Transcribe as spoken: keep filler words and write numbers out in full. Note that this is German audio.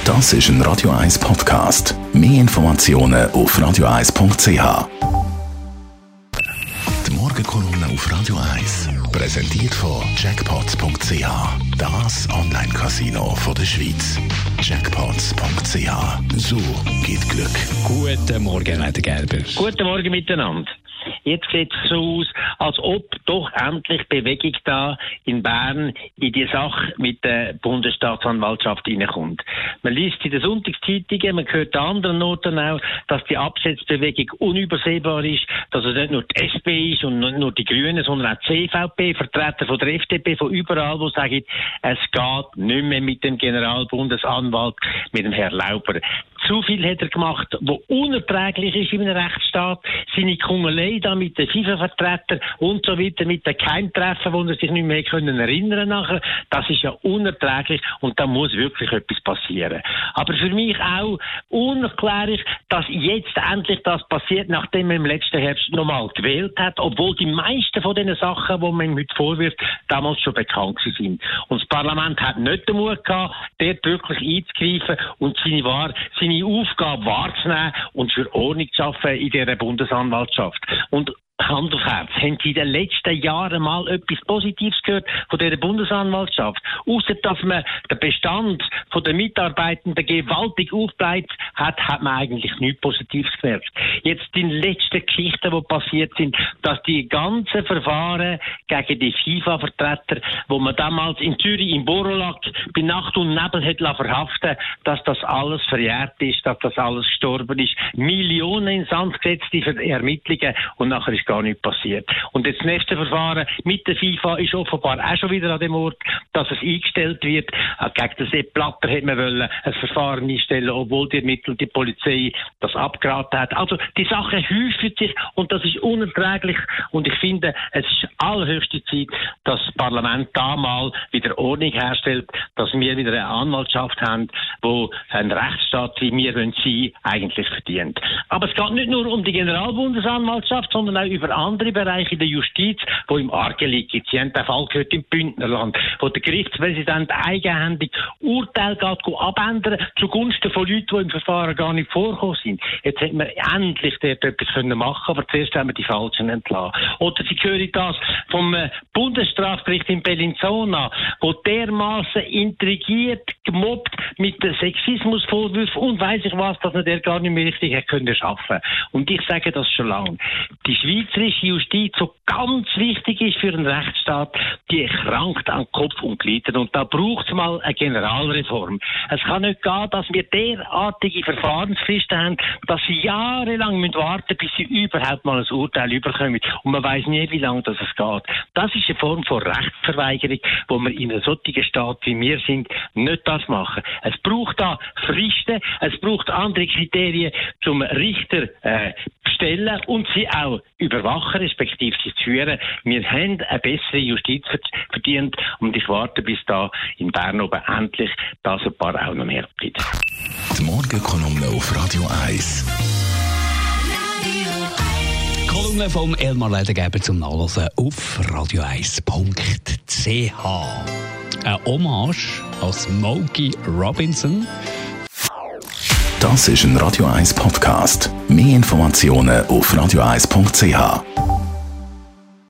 Das ist ein Radio eins Podcast. Mehr Informationen auf radio eins punkt c h. Die Morgenkolumne auf Radio eins. Präsentiert von jackpots punkt c h. Das Online-Casino der Schweiz. jackpots punkt c h. So geht Glück. Guten Morgen, Herr Gerber. Guten Morgen miteinander. Jetzt sieht es so aus, als ob doch endlich Bewegung da in Bern in die Sache mit der Bundesstaatsanwaltschaft hineinkommt. Man liest in den Sonntagszeitungen, man hört an anderen Orten auch, dass die Absetzbewegung unübersehbar ist, dass es nicht nur die S P ist und nicht nur die Grünen, sondern auch die C V P, Vertreter von der F D P, von überall, die sagen, es geht nicht mehr mit dem Generalbundesanwalt, mit dem Herrn Lauber. Zu viel hat er gemacht, was unerträglich ist in einem Rechtsstaat. Seine Kungelei da mit den FIFA-Vertretern und so weiter, mit den Keimtreffen, wo er sich nicht mehr können erinnern nachher, das ist ja unerträglich und da muss wirklich etwas passieren. Aber für mich auch unerklärlich, dass jetzt endlich das passiert, nachdem man im letzten Herbst nochmal gewählt hat, obwohl die meisten von diesen Sachen, die man ihm heute vorwirft, damals schon bekannt sind. Und das Parlament hat nicht den Mut gehabt, dort wirklich einzugreifen und seine, Wahr, seine Aufgabe wahrzunehmen und für Ordnung zu schaffen in dieser Bundesanwaltschaft. Und Hand auf Herz, haben Sie in den letzten Jahren mal etwas Positives gehört von dieser Bundesanwaltschaft? Ausser dass man den Bestand der Mitarbeitenden gewaltig aufgebläht hat, hat man eigentlich nichts Positives gemerkt. Jetzt die letzten Geschichten, die passiert sind, dass die ganzen Verfahren gegen die FIFA-Vertreter, wo man damals in Zürich im Borolack bei Nacht und Nebel hat verhaften, dass das alles verjährt ist, dass das alles gestorben ist. Millionen ins Sand gesetzt für Ermittlungen und nachher ist gar nicht passiert. Und jetzt das nächste Verfahren mit der FIFA ist offenbar auch schon wieder an dem Ort, dass es eingestellt wird. Gegen den Sepp Blatter hätte man wollen ein Verfahren einstellen, obwohl die Ermittler und die Polizei das abgeraten hat. Also die Sache häuft sich und das ist unerträglich und ich finde, es ist allerhöchste Zeit, dass das Parlament da mal wieder Ordnung herstellt, dass wir wieder eine Anwaltschaft haben, wo ein Rechtsstaat, wie wir sein wollen, eigentlich verdient. Aber es geht nicht nur um die Generalbundesanwaltschaft, sondern auch über andere Bereiche der Justiz, wo im Argen liegt. Sie haben den Fall gehört im Bündnerland, wo der Gerichtspräsident eigenhändig Urteil geht, abändern zugunsten von Leuten, die im Verfahren gar nicht vorgekommen sind. Jetzt hätten wir endlich dort etwas können machen, aber zuerst haben wir die Falschen entlassen. Oder Sie hören das vom Bundesstrafgericht in Bellinzona, wo dermaßen intrigiert, gemobbt mit den Sexismusvorwürfen und weiss ich was, dass er der gar nicht mehr richtig hätte können schaffen. Und ich sage das schon lange. Die schweizerische Justiz, so ganz wichtig ist für einen Rechtsstaat, die krankt an Kopf und Gliedern. Und da braucht es mal eine Generalreform. Es kann nicht gehen, dass wir derartige Verfahrensfristen haben, dass sie jahrelang müssen warten, bis sie überhaupt mal ein Urteil überkommen. Und man weiss nie, wie lange das es geht. Das ist eine Form von Rechtsverweigerung, wo wir in einem solchen Staat, wie wir sind, nicht das machen. Es braucht da Fristen, es braucht andere Kriterien zum Richter äh, stellen und sie auch überwachen, respektive sie zu führen. Wir haben eine bessere Justiz verdient und ich warte, bis da in Bern oben endlich das ein paar auch noch mehr gibt. Die Morgenkolumne auf Radio eins. Kolumne vom Elmar Ledergeber zum Nachlesen auf radio eins punkt c h. Eine Hommage an Smokey Robinson. Das ist ein Radio eins Podcast. Mehr Informationen auf radio eins punkt c h.